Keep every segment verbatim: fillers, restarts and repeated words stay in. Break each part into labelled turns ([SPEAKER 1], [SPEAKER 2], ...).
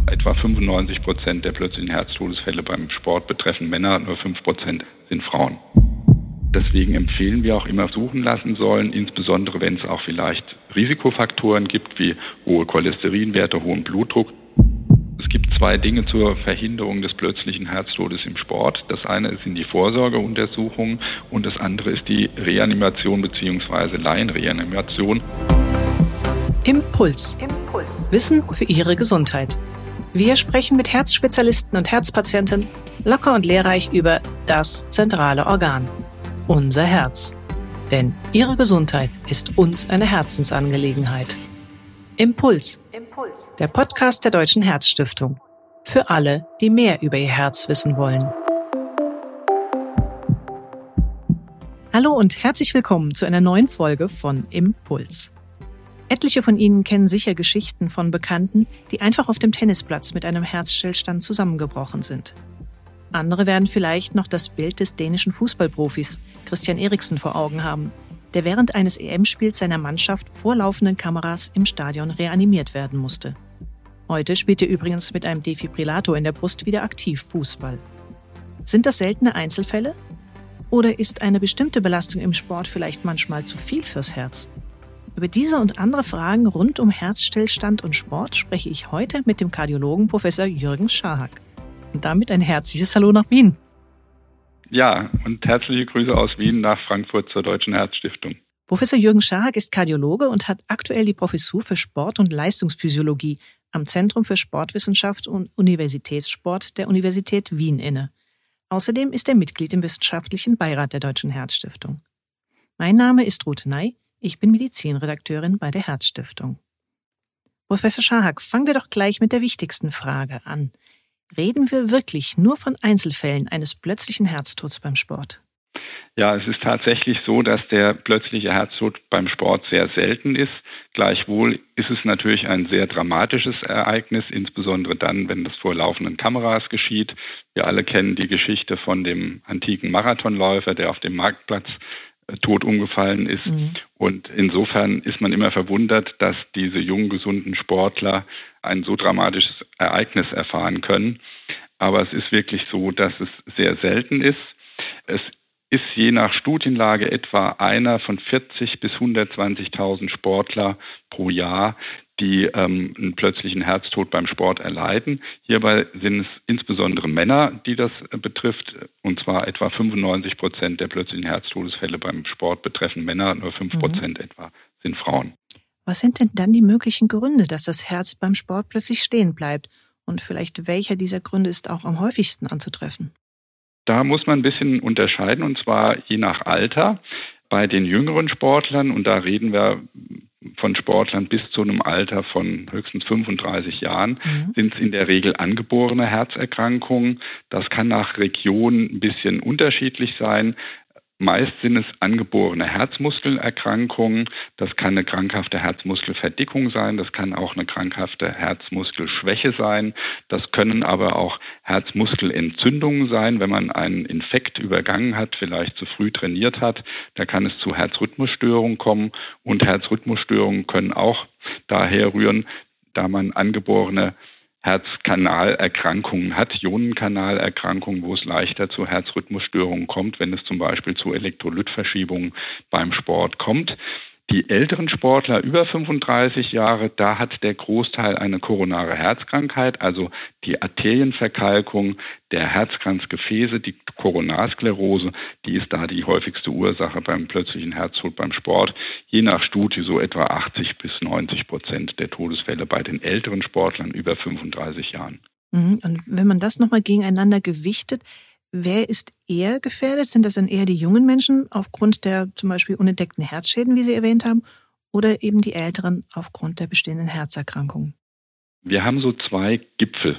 [SPEAKER 1] Etwa fünfundneunzig Prozent der plötzlichen Herztodesfälle beim Sport betreffen Männer, nur fünf Prozent sind Frauen. Deswegen empfehlen wir auch immer suchen lassen sollen, insbesondere wenn es auch vielleicht Risikofaktoren gibt, wie hohe Cholesterinwerte, hohen Blutdruck. Es gibt zwei Dinge zur Verhinderung des plötzlichen Herztodes im Sport. Das eine sind die Vorsorgeuntersuchungen und das andere ist die Reanimation bzw. Laienreanimation.
[SPEAKER 2] Impuls. Impuls. Wissen für Ihre Gesundheit. Wir sprechen mit Herzspezialisten und Herzpatienten locker und lehrreich über das zentrale Organ, unser Herz. Denn Ihre Gesundheit ist uns eine Herzensangelegenheit. Impuls. Impuls. Der Podcast der Deutschen Herzstiftung. Für alle, die mehr über ihr Herz wissen wollen. Hallo und herzlich willkommen zu einer neuen Folge von Impuls. Etliche von Ihnen kennen sicher Geschichten von Bekannten, die einfach auf dem Tennisplatz mit einem Herzstillstand zusammengebrochen sind. Andere werden vielleicht noch das Bild des dänischen Fußballprofis Christian Eriksen vor Augen haben, der während eines E M-Spiels seiner Mannschaft vor laufenden Kameras im Stadion reanimiert werden musste. Heute spielt er übrigens mit einem Defibrillator in der Brust wieder aktiv Fußball. Sind das seltene Einzelfälle? Oder ist eine bestimmte Belastung im Sport vielleicht manchmal zu viel fürs Herz? Über diese und andere Fragen rund um Herzstillstand und Sport spreche ich heute mit dem Kardiologen Professor Jürgen Scharhag. Und damit ein herzliches Hallo nach Wien.
[SPEAKER 1] Ja, und herzliche Grüße aus Wien nach Frankfurt zur Deutschen Herzstiftung.
[SPEAKER 2] Professor Jürgen Scharhag ist Kardiologe und hat aktuell die Professur für Sport- und Leistungsphysiologie am Zentrum für Sportwissenschaft und Universitätssport der Universität Wien inne. Außerdem ist er Mitglied im wissenschaftlichen Beirat der Deutschen Herzstiftung. Mein Name ist Ruth Ney. Ich bin Medizinredakteurin bei der Herzstiftung. Professor Scharhag, fangen wir doch gleich mit der wichtigsten Frage an. Reden wir wirklich nur von Einzelfällen eines plötzlichen Herztods beim Sport?
[SPEAKER 1] Ja, es ist tatsächlich so, dass der plötzliche Herztod beim Sport sehr selten ist. Gleichwohl ist es natürlich ein sehr dramatisches Ereignis, insbesondere dann, wenn das vor laufenden Kameras geschieht. Wir alle kennen die Geschichte von dem antiken Marathonläufer, der auf dem Marktplatz tot umgefallen ist. Mhm. Und insofern ist man immer verwundert, dass diese jungen, gesunden Sportler ein so dramatisches Ereignis erfahren können. Aber es ist wirklich so, dass es sehr selten ist. Es ist je nach Studienlage etwa einer von vierzig bis hundertzwanzigtausend Sportler pro Jahr, die ähm, einen plötzlichen Herztod beim Sport erleiden. Hierbei sind es insbesondere Männer, die das äh, betrifft, und zwar etwa fünfundneunzig Prozent der plötzlichen Herztodesfälle beim Sport betreffen Männer, nur fünf Prozent mhm. etwa sind Frauen.
[SPEAKER 2] Was sind denn dann die möglichen Gründe, dass das Herz beim Sport plötzlich stehen bleibt? Und vielleicht welcher dieser Gründe ist auch am häufigsten anzutreffen?
[SPEAKER 1] Da muss man ein bisschen unterscheiden, und zwar je nach Alter. Bei den jüngeren Sportlern, und da reden wir von Sportlern bis zu einem Alter von höchstens fünfunddreißig Jahren, mhm. sind es in der Regel angeborene Herzerkrankungen. Das kann nach Region ein bisschen unterschiedlich sein. Meist sind es angeborene Herzmuskelerkrankungen. Das kann eine krankhafte Herzmuskelverdickung sein. Das kann auch eine krankhafte Herzmuskelschwäche sein. Das können aber auch Herzmuskelentzündungen sein, wenn man einen Infekt übergangen hat, vielleicht zu früh trainiert hat. Da kann es zu Herzrhythmusstörungen kommen. Und Herzrhythmusstörungen können auch daher rühren, da man angeborene Herzkanalerkrankungen hat, Ionenkanalerkrankungen, wo es leichter zu Herzrhythmusstörungen kommt, wenn es zum Beispiel zu Elektrolytverschiebungen beim Sport kommt. Die älteren Sportler über fünfunddreißig Jahre, da hat der Großteil eine koronare Herzkrankheit, also die Arterienverkalkung der Herzkranzgefäße, die Koronarsklerose, die ist da die häufigste Ursache beim plötzlichen Herztod beim Sport. Je nach Studie so etwa achtzig bis neunzig Prozent der Todesfälle bei den älteren Sportlern über fünfunddreißig Jahren.
[SPEAKER 2] Und wenn man das nochmal gegeneinander gewichtet, wer ist eher gefährdet? Sind das dann eher die jungen Menschen aufgrund der zum Beispiel unentdeckten Herzschäden, wie Sie erwähnt haben, oder eben die Älteren aufgrund der bestehenden Herzerkrankungen?
[SPEAKER 1] Wir haben so zwei Gipfel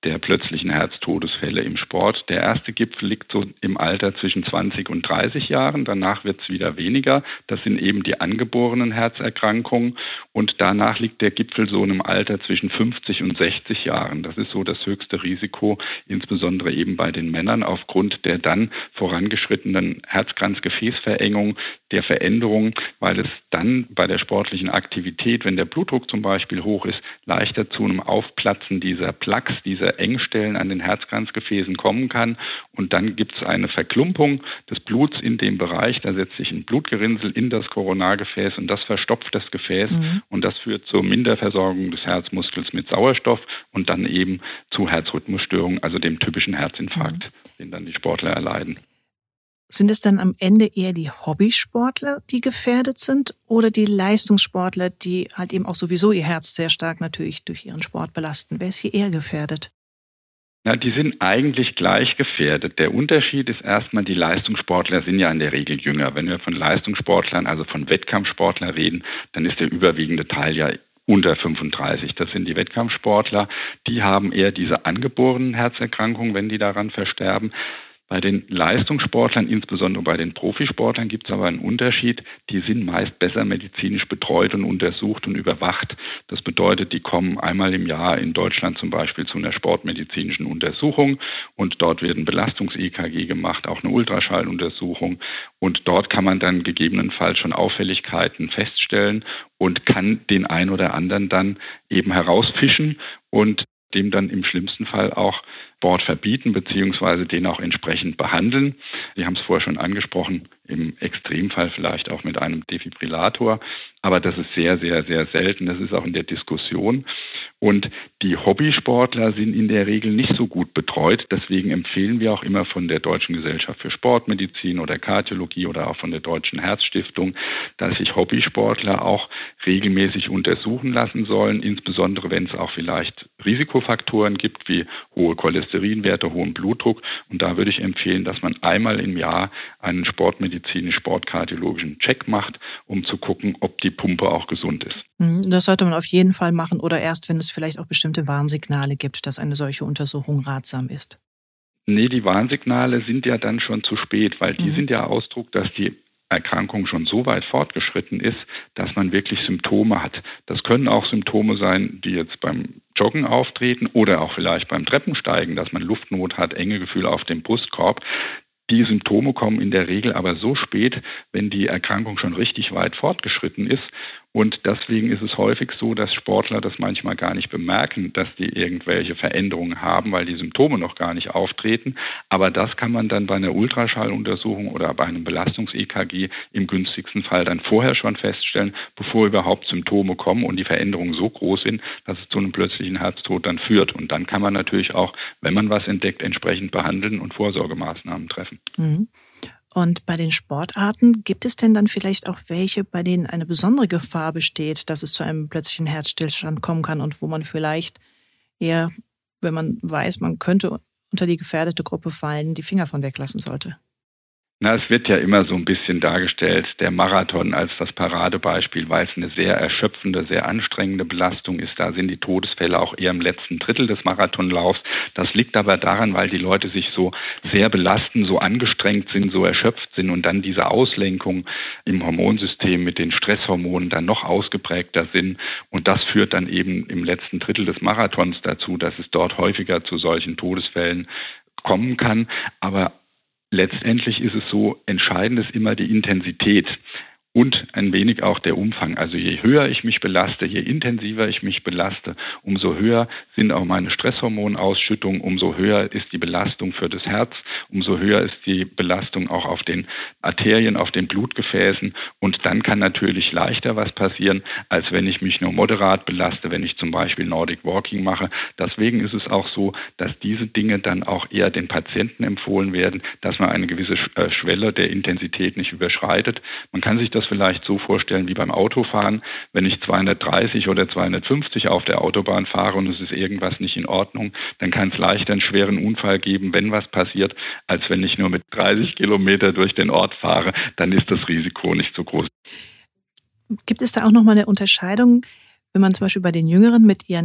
[SPEAKER 1] der plötzlichen Herztodesfälle im Sport. Der erste Gipfel liegt so im Alter zwischen zwanzig und dreißig Jahren. Danach wird es wieder weniger. Das sind eben die angeborenen Herzerkrankungen. Und danach liegt der Gipfel so im Alter zwischen fünfzig und sechzig Jahren. Das ist so das höchste Risiko, insbesondere eben bei den Männern aufgrund der dann vorangeschrittenen Herzkranzgefäßverengung, der Veränderung, weil es dann bei der sportlichen Aktivität, wenn der Blutdruck zum Beispiel hoch ist, leichter zu einem Aufplatzen dieser Plaques, dieser Engstellen an den Herzkranzgefäßen kommen kann. Und dann gibt es eine Verklumpung des Bluts in dem Bereich. Da setzt sich ein Blutgerinnsel in das Koronargefäß und das verstopft das Gefäß. Mhm. Und das führt zur Minderversorgung des Herzmuskels mit Sauerstoff und dann eben zu Herzrhythmusstörungen, also dem typischen Herzinfarkt, mhm. den dann die Sportler erleiden.
[SPEAKER 2] Sind es dann am Ende eher die Hobbysportler, die gefährdet sind, oder die Leistungssportler, die halt eben auch sowieso ihr Herz sehr stark natürlich durch ihren Sport belasten? Wer ist hier eher gefährdet?
[SPEAKER 1] Ja, die sind eigentlich gleich gefährdet. Der Unterschied ist erstmal, die Leistungssportler sind ja in der Regel jünger. Wenn wir von Leistungssportlern, also von Wettkampfsportlern reden, dann ist der überwiegende Teil ja unter fünfunddreißig. Das sind die Wettkampfsportler. Die haben eher diese angeborenen Herzerkrankungen, wenn die daran versterben. Bei den Leistungssportlern, insbesondere bei den Profisportlern, gibt es aber einen Unterschied. Die sind meist besser medizinisch betreut und untersucht und überwacht. Das bedeutet, die kommen einmal im Jahr in Deutschland zum Beispiel zu einer sportmedizinischen Untersuchung und dort wird ein Belastungs-E K G gemacht, auch eine Ultraschalluntersuchung. Und dort kann man dann gegebenenfalls schon Auffälligkeiten feststellen und kann den einen oder anderen dann eben herausfischen und dem dann im schlimmsten Fall auch Sport verbieten beziehungsweise den auch entsprechend behandeln. Sie haben es vorher schon angesprochen, im Extremfall vielleicht auch mit einem Defibrillator. Aber das ist sehr, sehr, sehr selten. Das ist auch in der Diskussion. Und die Hobbysportler sind in der Regel nicht so gut betreut. Deswegen empfehlen wir auch immer von der Deutschen Gesellschaft für Sportmedizin oder Kardiologie oder auch von der Deutschen Herzstiftung, dass sich Hobbysportler auch regelmäßig untersuchen lassen sollen, insbesondere wenn es auch vielleicht Risikofaktoren gibt, wie hohe Cholesterinwerte, hohen Blutdruck. Und da würde ich empfehlen, dass man einmal im Jahr einen sportmedizinisch-sportkardiologischen Check macht, um zu gucken, ob die Pumpe auch gesund ist.
[SPEAKER 2] Das sollte man auf jeden Fall machen oder erst, wenn es vielleicht auch bestimmte Warnsignale gibt, dass eine solche Untersuchung ratsam ist.
[SPEAKER 1] Nee, die Warnsignale sind ja dann schon zu spät, weil die mhm. sind ja Ausdruck, dass die Erkrankung schon so weit fortgeschritten ist, dass man wirklich Symptome hat. Das können auch Symptome sein, die jetzt beim Joggen auftreten oder auch vielleicht beim Treppensteigen, dass man Luftnot hat, enge Gefühle auf dem Brustkorb. Die Symptome kommen in der Regel aber so spät, wenn die Erkrankung schon richtig weit fortgeschritten ist. Und deswegen ist es häufig so, dass Sportler das manchmal gar nicht bemerken, dass die irgendwelche Veränderungen haben, weil die Symptome noch gar nicht auftreten. Aber das kann man dann bei einer Ultraschalluntersuchung oder bei einem Belastungs-E K G im günstigsten Fall dann vorher schon feststellen, bevor überhaupt Symptome kommen und die Veränderungen so groß sind, dass es zu einem plötzlichen Herztod dann führt. Und dann kann man natürlich auch, wenn man was entdeckt, entsprechend behandeln und Vorsorgemaßnahmen treffen.
[SPEAKER 2] Mhm. Und bei den Sportarten, gibt es denn dann vielleicht auch welche, bei denen eine besondere Gefahr besteht, dass es zu einem plötzlichen Herzstillstand kommen kann und wo man vielleicht eher, wenn man weiß, man könnte unter die gefährdete Gruppe fallen, die Finger von weglassen sollte?
[SPEAKER 1] Na, es wird ja immer so ein bisschen dargestellt, der Marathon als das Paradebeispiel, weil es eine sehr erschöpfende, sehr anstrengende Belastung ist. Da sind die Todesfälle auch eher im letzten Drittel des Marathonlaufs. Das liegt aber daran, weil die Leute sich so sehr belasten, so angestrengt sind, so erschöpft sind und dann diese Auslenkung im Hormonsystem mit den Stresshormonen dann noch ausgeprägter sind. Und das führt dann eben im letzten Drittel des Marathons dazu, dass es dort häufiger zu solchen Todesfällen kommen kann. Aber letztendlich ist es so, entscheidend ist immer die Intensität und ein wenig auch der Umfang. Also je höher ich mich belaste, je intensiver ich mich belaste, umso höher sind auch meine Stresshormonausschüttungen, umso höher ist die Belastung für das Herz, umso höher ist die Belastung auch auf den Arterien, auf den Blutgefäßen. Und dann kann natürlich leichter was passieren, als wenn ich mich nur moderat belaste, wenn ich zum Beispiel Nordic Walking mache. Deswegen ist es auch so, dass diese Dinge dann auch eher den Patienten empfohlen werden, dass man eine gewisse Schwelle der Intensität nicht überschreitet. Man kann sich das vielleicht so vorstellen wie beim Autofahren. Wenn ich zweihundertdreißig oder zweihundertfünfzig auf der Autobahn fahre und es ist irgendwas nicht in Ordnung, dann kann es leichter einen schweren Unfall geben, wenn was passiert, als wenn ich nur mit dreißig Kilometer durch den Ort fahre. Dann ist das Risiko nicht so groß.
[SPEAKER 2] Gibt es da auch nochmal eine Unterscheidung, wenn man zum Beispiel bei den Jüngeren mit ihren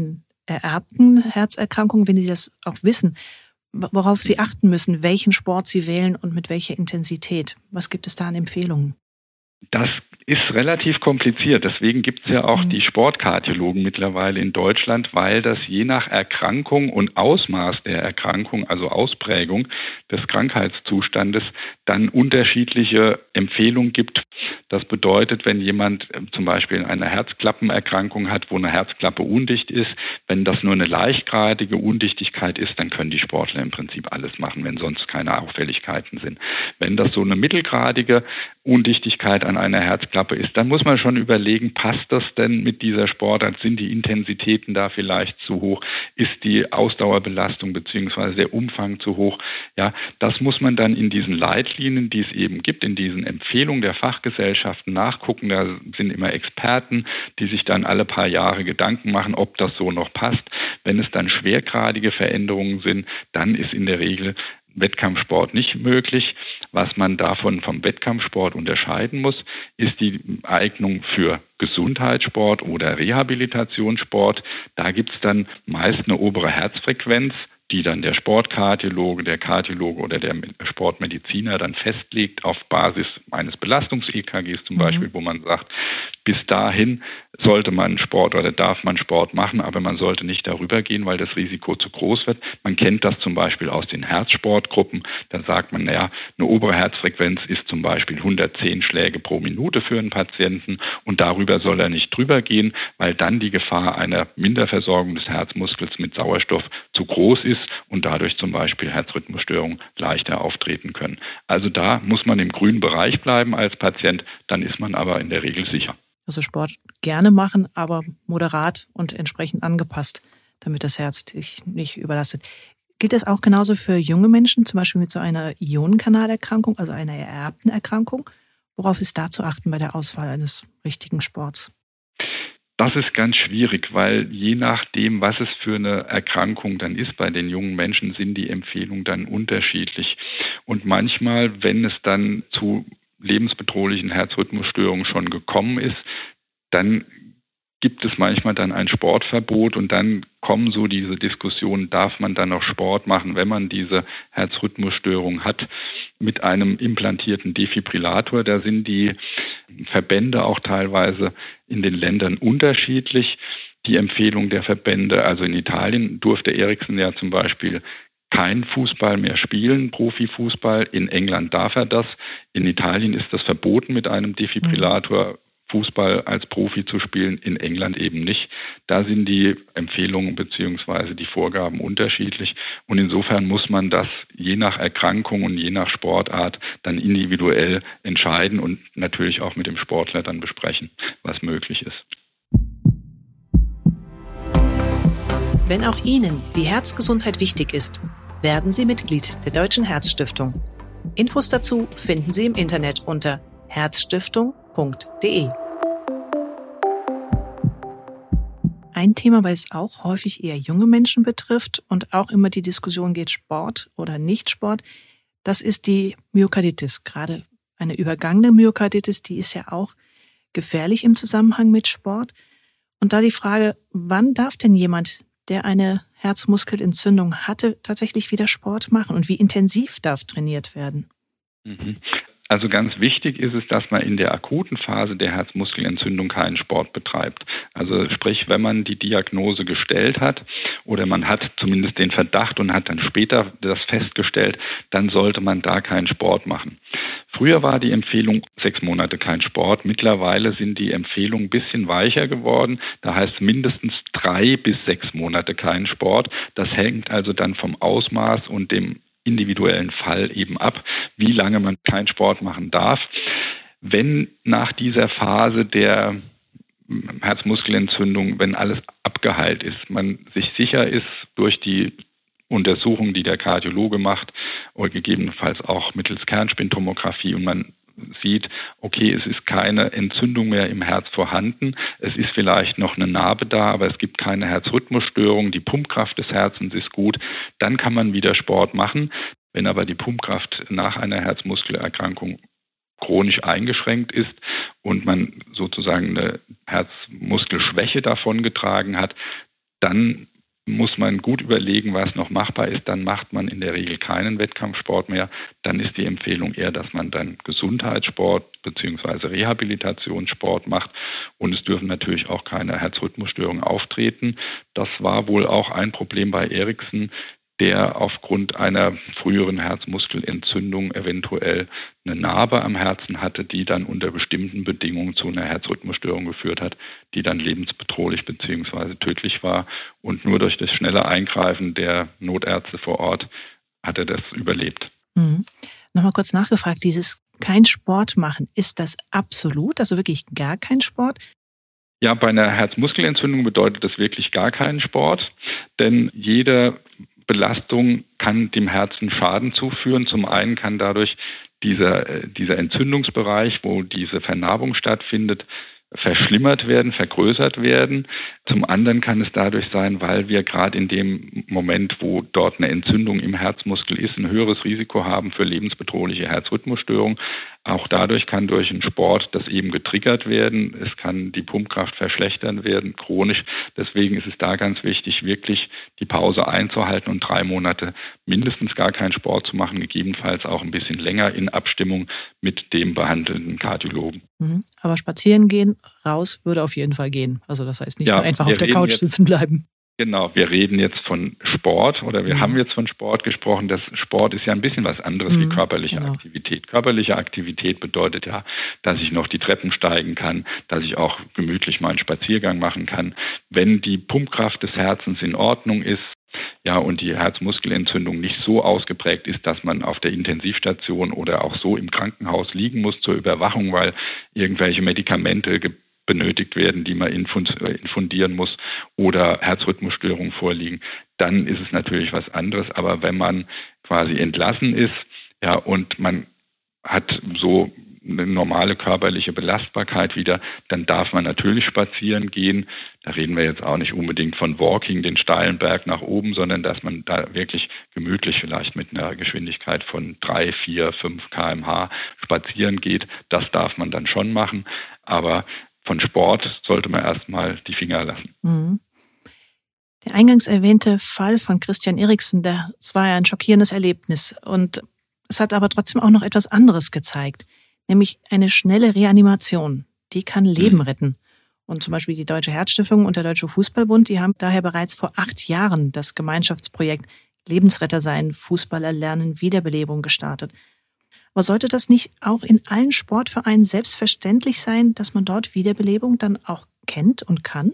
[SPEAKER 2] ererbten Herzerkrankungen, wenn Sie das auch wissen, worauf Sie achten müssen, welchen Sport Sie wählen und mit welcher Intensität? Was gibt es da an Empfehlungen?
[SPEAKER 1] Das ist relativ kompliziert. Deswegen gibt es ja auch
[SPEAKER 2] Mhm.
[SPEAKER 1] die Sportkardiologen mittlerweile in Deutschland, weil das je nach Erkrankung und Ausmaß der Erkrankung, also Ausprägung des Krankheitszustandes, dann unterschiedliche Empfehlungen gibt. Das bedeutet, wenn jemand zum Beispiel eine Herzklappenerkrankung hat, wo eine Herzklappe undicht ist, wenn das nur eine leichtgradige Undichtigkeit ist, dann können die Sportler im Prinzip alles machen, wenn sonst keine Auffälligkeiten sind. Wenn das so eine mittelgradige Undichtigkeit an einer Herzklappe ist, dann muss man schon überlegen, passt das denn mit dieser Sportart? Sind die Intensitäten da vielleicht zu hoch? Ist die Ausdauerbelastung bzw. der Umfang zu hoch? Ja, das muss man dann in diesen Leitlinien, die es eben gibt, in diesen Empfehlungen der Fachgesellschaften nachgucken. Da sind immer Experten, die sich dann alle paar Jahre Gedanken machen, ob das so noch passt. Wenn es dann schwergradige Veränderungen sind, dann ist in der Regel Wettkampfsport nicht möglich. Was man davon vom Wettkampfsport unterscheiden muss, ist die Eignung für Gesundheitssport oder Rehabilitationssport. Da gibt es dann meist eine obere Herzfrequenz, die dann der Sportkardiologe, der Kardiologe oder der Sportmediziner dann festlegt auf Basis eines Belastungs-E K Gs zum Beispiel,
[SPEAKER 2] Mhm.
[SPEAKER 1] wo man sagt, bis dahin sollte man Sport oder darf man Sport machen, aber man sollte nicht darüber gehen, weil das Risiko zu groß wird. Man kennt das zum Beispiel aus den Herzsportgruppen. Da sagt man, naja, eine obere Herzfrequenz ist zum Beispiel hundertzehn Schläge pro Minute für einen Patienten und darüber soll er nicht drüber gehen, weil dann die Gefahr einer Minderversorgung des Herzmuskels mit Sauerstoff zu groß ist und dadurch zum Beispiel Herzrhythmusstörungen leichter auftreten können. Also da muss man im grünen Bereich bleiben als Patient, dann ist man aber in der Regel sicher.
[SPEAKER 2] Also Sport gerne machen, aber moderat und entsprechend angepasst, damit das Herz dich nicht überlastet. Gilt das auch genauso für junge Menschen, zum Beispiel mit so einer Ionenkanalerkrankung, also einer ererbten Erkrankung? Worauf ist da zu achten bei der Auswahl eines richtigen Sports?
[SPEAKER 1] Das ist ganz schwierig, weil je nachdem, was es für eine Erkrankung dann ist, bei den jungen Menschen sind die Empfehlungen dann unterschiedlich. Und manchmal, wenn es dann zu lebensbedrohlichen Herzrhythmusstörungen schon gekommen ist, dann gibt es manchmal dann ein Sportverbot und dann kommen so diese Diskussionen, darf man dann noch Sport machen, wenn man diese Herzrhythmusstörung hat, mit einem implantierten Defibrillator. Da sind die Verbände auch teilweise in den Ländern unterschiedlich. Die Empfehlung der Verbände, also in Italien durfte Eriksen ja zum Beispiel kein Fußball mehr spielen, Profifußball. In England darf er das. In Italien ist das verboten, mit einem Defibrillator Fußball als Profi zu spielen, in England eben nicht. Da sind die Empfehlungen bzw. die Vorgaben unterschiedlich. Und insofern muss man das je nach Erkrankung und je nach Sportart dann individuell entscheiden und natürlich auch mit dem Sportler dann besprechen, was möglich ist.
[SPEAKER 2] Wenn auch Ihnen die Herzgesundheit wichtig ist, werden Sie Mitglied der Deutschen Herzstiftung. Infos dazu finden Sie im Internet unter herzstiftung punkt de. Ein Thema, weil es auch häufig eher junge Menschen betrifft und auch immer die Diskussion geht, Sport oder nicht Sport, das ist die Myokarditis. Gerade eine übergangene Myokarditis, die ist ja auch gefährlich im Zusammenhang mit Sport. Und da die Frage, wann darf denn jemand, der eine Herzmuskelentzündung hatte, tatsächlich wieder Sport machen und wie intensiv darf trainiert werden?
[SPEAKER 1] Mhm. Also ganz wichtig ist es, dass man in der akuten Phase der Herzmuskelentzündung keinen Sport betreibt. Also sprich, wenn man die Diagnose gestellt hat oder man hat zumindest den Verdacht und hat dann später das festgestellt, dann sollte man da keinen Sport machen. Früher war die Empfehlung sechs Monate kein Sport. Mittlerweile sind die Empfehlungen ein bisschen weicher geworden. Da heißt mindestens drei bis sechs Monate kein Sport. Das hängt also dann vom Ausmaß und dem individuellen Fall eben ab, wie lange man keinen Sport machen darf. Wenn nach dieser Phase der Herzmuskelentzündung, wenn alles abgeheilt ist, man sich sicher ist durch die Untersuchung, die der Kardiologe macht, oder gegebenenfalls auch mittels Kernspintomographie und man sieht, okay, es ist keine Entzündung mehr im Herz vorhanden, es ist vielleicht noch eine Narbe da, aber es gibt keine Herzrhythmusstörung, die Pumpkraft des Herzens ist gut, dann kann man wieder Sport machen. Wenn aber die Pumpkraft nach einer Herzmuskelerkrankung chronisch eingeschränkt ist und man sozusagen eine Herzmuskelschwäche davongetragen hat, dann muss man gut überlegen, was noch machbar ist. Dann macht man in der Regel keinen Wettkampfsport mehr. Dann ist die Empfehlung eher, dass man dann Gesundheitssport bzw. Rehabilitationssport macht. Und es dürfen natürlich auch keine Herzrhythmusstörungen auftreten. Das war wohl auch ein Problem bei Eriksen, der aufgrund einer früheren Herzmuskelentzündung eventuell eine Narbe am Herzen hatte, die dann unter bestimmten Bedingungen zu einer Herzrhythmusstörung geführt hat, die dann lebensbedrohlich bzw. tödlich war. Und nur durch das schnelle Eingreifen der Notärzte vor Ort hat er das überlebt.
[SPEAKER 2] Mhm. Nochmal kurz nachgefragt, dieses kein Sport machen, ist das absolut, also wirklich gar kein Sport?
[SPEAKER 1] Ja, bei einer Herzmuskelentzündung bedeutet das wirklich gar keinen Sport, denn jede Belastung kann dem Herzen Schaden zuführen. Zum einen kann dadurch dieser, dieser Entzündungsbereich, wo diese Vernarbung stattfindet, verschlimmert werden, vergrößert werden. Zum anderen kann es dadurch sein, weil wir gerade in dem Moment, wo dort eine Entzündung im Herzmuskel ist, ein höheres Risiko haben für lebensbedrohliche Herzrhythmusstörungen. Auch dadurch kann durch einen Sport das eben getriggert werden. Es kann die Pumpkraft verschlechtern werden, chronisch. Deswegen ist es da ganz wichtig, wirklich die Pause einzuhalten und drei Monate mindestens gar keinen Sport zu machen, gegebenenfalls auch ein bisschen länger in Abstimmung mit dem behandelnden Kardiologen.
[SPEAKER 2] Mhm. Aber spazieren gehen, raus würde auf jeden Fall gehen. Also das heißt nicht
[SPEAKER 1] ja,
[SPEAKER 2] nur einfach auf der Couch
[SPEAKER 1] jetzt,
[SPEAKER 2] sitzen bleiben.
[SPEAKER 1] Genau, wir reden jetzt von Sport oder wir
[SPEAKER 2] mhm.
[SPEAKER 1] haben jetzt von Sport gesprochen. Das Sport ist ja ein bisschen was anderes mhm, wie körperliche genau. Aktivität. Körperliche Aktivität bedeutet ja, dass ich noch die Treppen steigen kann, dass ich auch gemütlich mal einen Spaziergang machen kann. Wenn die Pumpkraft des Herzens in Ordnung ist, ja, und die Herzmuskelentzündung nicht so ausgeprägt ist, dass man auf der Intensivstation oder auch so im Krankenhaus liegen muss zur Überwachung, weil irgendwelche Medikamente ge- benötigt werden, die man infundieren muss oder Herzrhythmusstörungen vorliegen, dann ist es natürlich was anderes. Aber wenn man quasi entlassen ist, ja, und man hat so eine normale körperliche Belastbarkeit wieder, dann darf man natürlich spazieren gehen. Da reden wir jetzt auch nicht unbedingt von Walking, den steilen Berg nach oben, sondern dass man da wirklich gemütlich vielleicht mit einer Geschwindigkeit von drei, vier, fünf Kilometer pro Stunde spazieren geht. Das darf man dann schon machen. Aber von Sport sollte man erstmal die Finger lassen.
[SPEAKER 2] Mhm. Der eingangs erwähnte Fall von Christian Eriksen, das war ja ein schockierendes Erlebnis. Und es hat aber trotzdem auch noch etwas anderes gezeigt, nämlich eine schnelle Reanimation. Die kann Leben retten. Und zum Beispiel die Deutsche Herzstiftung und der Deutsche Fußballbund, die haben daher bereits vor acht Jahren das Gemeinschaftsprojekt Lebensretter sein, Fußballer lernen, Wiederbelebung gestartet. Aber sollte das nicht auch in allen Sportvereinen selbstverständlich sein, dass man dort Wiederbelebung dann auch kennt und kann?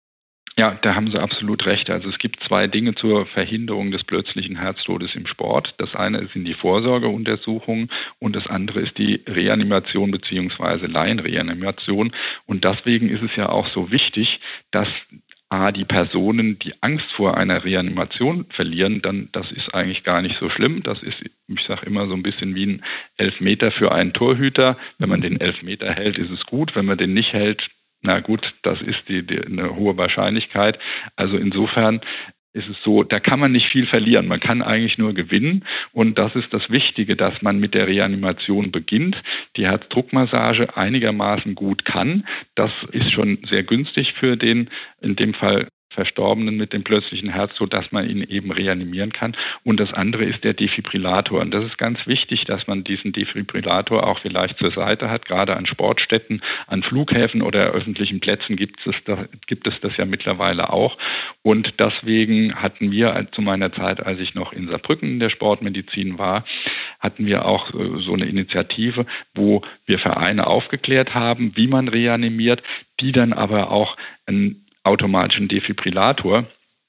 [SPEAKER 1] Ja, da haben Sie absolut recht. Also es gibt zwei Dinge zur Verhinderung des plötzlichen Herztodes im Sport. Das eine sind die Vorsorgeuntersuchungen und das andere ist die Reanimation bzw. Laienreanimation. Und deswegen ist es ja auch so wichtig, dass A, die Personen, die Angst vor einer Reanimation verlieren, dann das ist eigentlich gar nicht so schlimm. Das ist, ich sage immer, so ein bisschen wie ein Elfmeter für einen Torhüter. Wenn man den Elfmeter hält, ist es gut. Wenn man den nicht hält, na gut, das ist die, die, eine hohe Wahrscheinlichkeit. Also insofern ist es so, da kann man nicht viel verlieren. Man kann eigentlich nur gewinnen. Und das ist das Wichtige, dass man mit der Reanimation beginnt, die Herzdruckmassage einigermaßen gut kann. Das ist schon sehr günstig für den, in dem Fall Verstorbenen mit dem plötzlichen Herztod, dass man ihn eben reanimieren kann. Und das andere ist der Defibrillator. Und das ist ganz wichtig, dass man diesen Defibrillator auch vielleicht zur Seite hat. Gerade an Sportstätten, an Flughäfen oder öffentlichen Plätzen gibt es, gibt es das ja mittlerweile auch. Und deswegen hatten wir zu meiner Zeit, als ich noch in Saarbrücken in der Sportmedizin war, hatten wir auch so eine Initiative, wo wir Vereine aufgeklärt haben, wie man reanimiert, die dann aber auch ein automatischen Defibrillator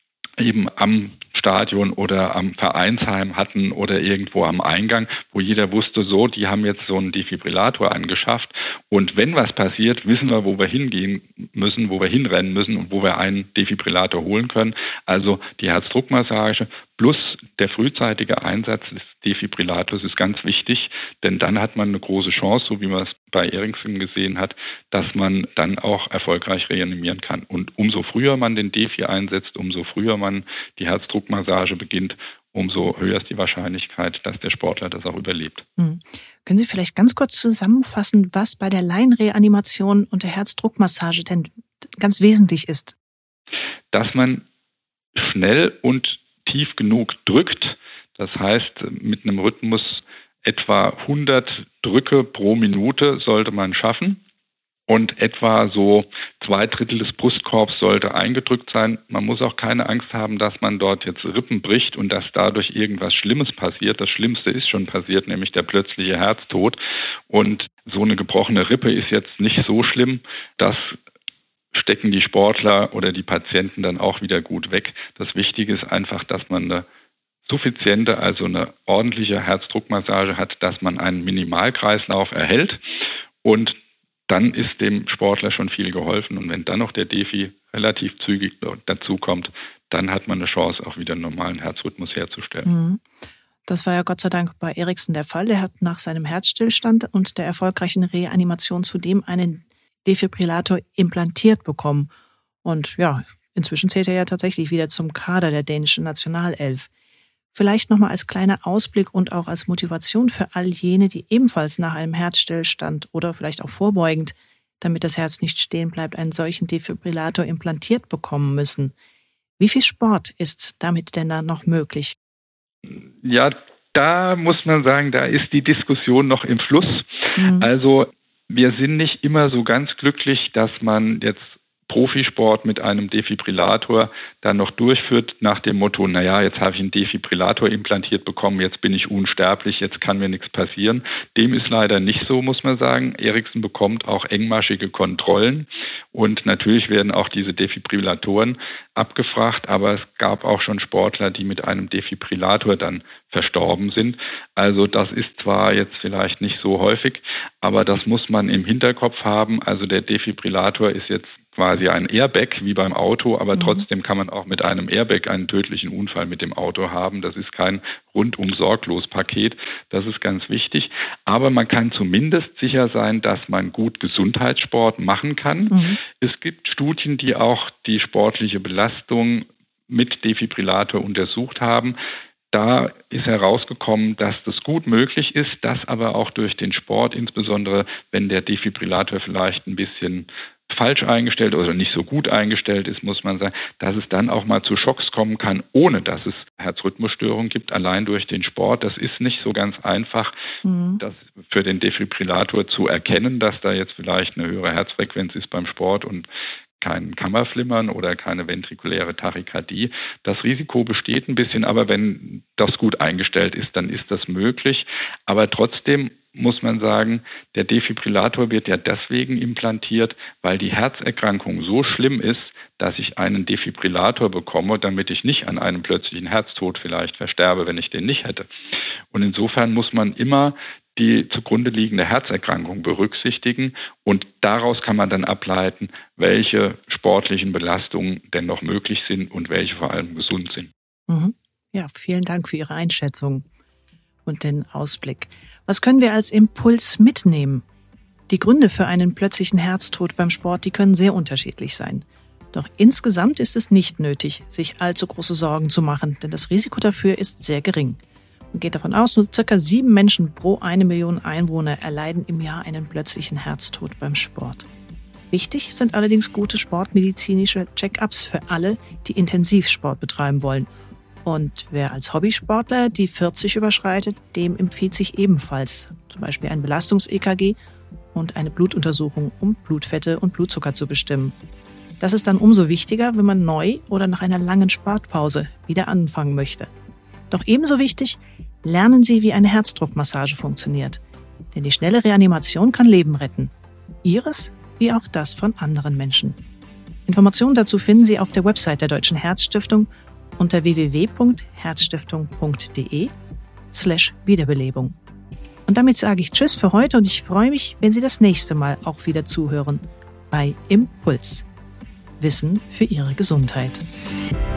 [SPEAKER 1] eben am Stadion oder am Vereinsheim hatten oder irgendwo am Eingang, wo jeder wusste, so, die haben jetzt so einen Defibrillator angeschafft und wenn was passiert, wissen wir, wo wir hingehen müssen, wo wir hinrennen müssen und wo wir einen Defibrillator holen können. Also die Herzdruckmassage plus der frühzeitige Einsatz des Defibrillators ist ganz wichtig, denn dann hat man eine große Chance, so wie man es bei Eriksen gesehen hat, dass man dann auch erfolgreich reanimieren kann. Und umso früher man den Defi einsetzt, umso früher man die Herzdruckmassage beginnt, umso höher ist die Wahrscheinlichkeit, dass der Sportler das auch überlebt.
[SPEAKER 2] Mhm. Können Sie vielleicht ganz kurz zusammenfassen, was bei der Laienreanimation und der Herzdruckmassage denn ganz wesentlich ist?
[SPEAKER 1] Dass man schnell und tief genug drückt. Das heißt, mit einem Rhythmus etwa hundert Drücke pro Minute sollte man schaffen. Und etwa so zwei Drittel des Brustkorbs sollte eingedrückt sein. Man muss auch keine Angst haben, dass man dort jetzt Rippen bricht und dass dadurch irgendwas Schlimmes passiert. Das Schlimmste ist schon passiert, nämlich der plötzliche Herztod. Und so eine gebrochene Rippe ist jetzt nicht so schlimm. Das stecken die Sportler oder die Patienten dann auch wieder gut weg. Das Wichtige ist einfach, dass man eine suffiziente, also eine ordentliche Herzdruckmassage hat, dass man einen Minimalkreislauf erhält, und dann ist dem Sportler schon viel geholfen. Und wenn dann noch der Defi relativ zügig dazukommt, dann hat man eine Chance, auch wieder einen normalen Herzrhythmus herzustellen.
[SPEAKER 2] Das war ja Gott sei Dank bei Eriksen der Fall. Der hat nach seinem Herzstillstand und der erfolgreichen Reanimation zudem einen Defibrillator implantiert bekommen. Und ja, inzwischen zählt er ja tatsächlich wieder zum Kader der dänischen Nationalelf. Vielleicht nochmal als kleiner Ausblick und auch als Motivation für all jene, die ebenfalls nach einem Herzstillstand oder vielleicht auch vorbeugend, damit das Herz nicht stehen bleibt, einen solchen Defibrillator implantiert bekommen müssen. Wie viel Sport ist damit denn dann noch möglich?
[SPEAKER 1] Ja, da muss man sagen, da ist die Diskussion noch im Fluss. Mhm. Also wir sind nicht immer so ganz glücklich, dass man jetzt Profisport mit einem Defibrillator dann noch durchführt nach dem Motto, naja, jetzt habe ich einen Defibrillator implantiert bekommen, jetzt bin ich unsterblich, jetzt kann mir nichts passieren. Dem ist leider nicht so, muss man sagen. Eriksen bekommt auch engmaschige Kontrollen und natürlich werden auch diese Defibrillatoren abgefragt, aber es gab auch schon Sportler, die mit einem Defibrillator dann verstorben sind. Also das ist zwar jetzt vielleicht nicht so häufig, aber das muss man im Hinterkopf haben. Also der Defibrillator ist jetzt quasi ein Airbag wie beim Auto, aber mhm. trotzdem kann man auch mit einem Airbag einen tödlichen Unfall mit dem Auto haben. Das ist kein rundum sorglos Paket. Das ist ganz wichtig. Aber man kann zumindest sicher sein, dass man gut Gesundheitssport machen kann. Mhm. Es gibt Studien, die auch die sportliche Belastung mit Defibrillator untersucht haben. Da ist herausgekommen, dass das gut möglich ist, dass aber auch durch den Sport, insbesondere wenn der Defibrillator vielleicht ein bisschen falsch eingestellt oder nicht so gut eingestellt ist, muss man sagen, dass es dann auch mal zu Schocks kommen kann, ohne dass es Herzrhythmusstörungen gibt, allein durch den Sport. Das ist nicht so ganz einfach, mhm. das für den Defibrillator zu erkennen, dass da jetzt vielleicht eine höhere Herzfrequenz ist beim Sport und kein Kammerflimmern oder keine ventrikuläre Tachykardie. Das Risiko besteht ein bisschen, aber wenn das gut eingestellt ist, dann ist das möglich. Aber trotzdem muss man sagen, der Defibrillator wird ja deswegen implantiert, weil die Herzerkrankung so schlimm ist, dass ich einen Defibrillator bekomme, damit ich nicht an einem plötzlichen Herztod vielleicht versterbe, wenn ich den nicht hätte. Und insofern muss man immer die zugrunde liegende Herzerkrankung berücksichtigen und daraus kann man dann ableiten, welche sportlichen Belastungen denn noch möglich sind und welche vor allem gesund sind.
[SPEAKER 2] Mhm. Ja, vielen Dank für Ihre Einschätzung und den Ausblick. Was können wir als Impuls mitnehmen? Die Gründe für einen plötzlichen Herztod beim Sport, die können sehr unterschiedlich sein. Doch insgesamt ist es nicht nötig, sich allzu große Sorgen zu machen, denn das Risiko dafür ist sehr gering. Man geht davon aus, nur circa sieben Menschen pro eine Million Einwohner erleiden im Jahr einen plötzlichen Herztod beim Sport. Wichtig sind allerdings gute sportmedizinische Check-ups für alle, die Intensivsport betreiben wollen. Und wer als Hobbysportler die vierzig überschreitet, dem empfiehlt sich ebenfalls zum Beispiel ein Belastungs-E K G und eine Blutuntersuchung, um Blutfette und Blutzucker zu bestimmen. Das ist dann umso wichtiger, wenn man neu oder nach einer langen Sportpause wieder anfangen möchte. Doch ebenso wichtig, lernen Sie, wie eine Herzdruckmassage funktioniert. Denn die schnelle Reanimation kann Leben retten. Ihres wie auch das von anderen Menschen. Informationen dazu finden Sie auf der Website der Deutschen Herzstiftung unter w w w punkt herzstiftung punkt d e slash Wiederbelebung. Und damit sage ich Tschüss für heute und ich freue mich, wenn Sie das nächste Mal auch wieder zuhören bei Impuls. Wissen für Ihre Gesundheit.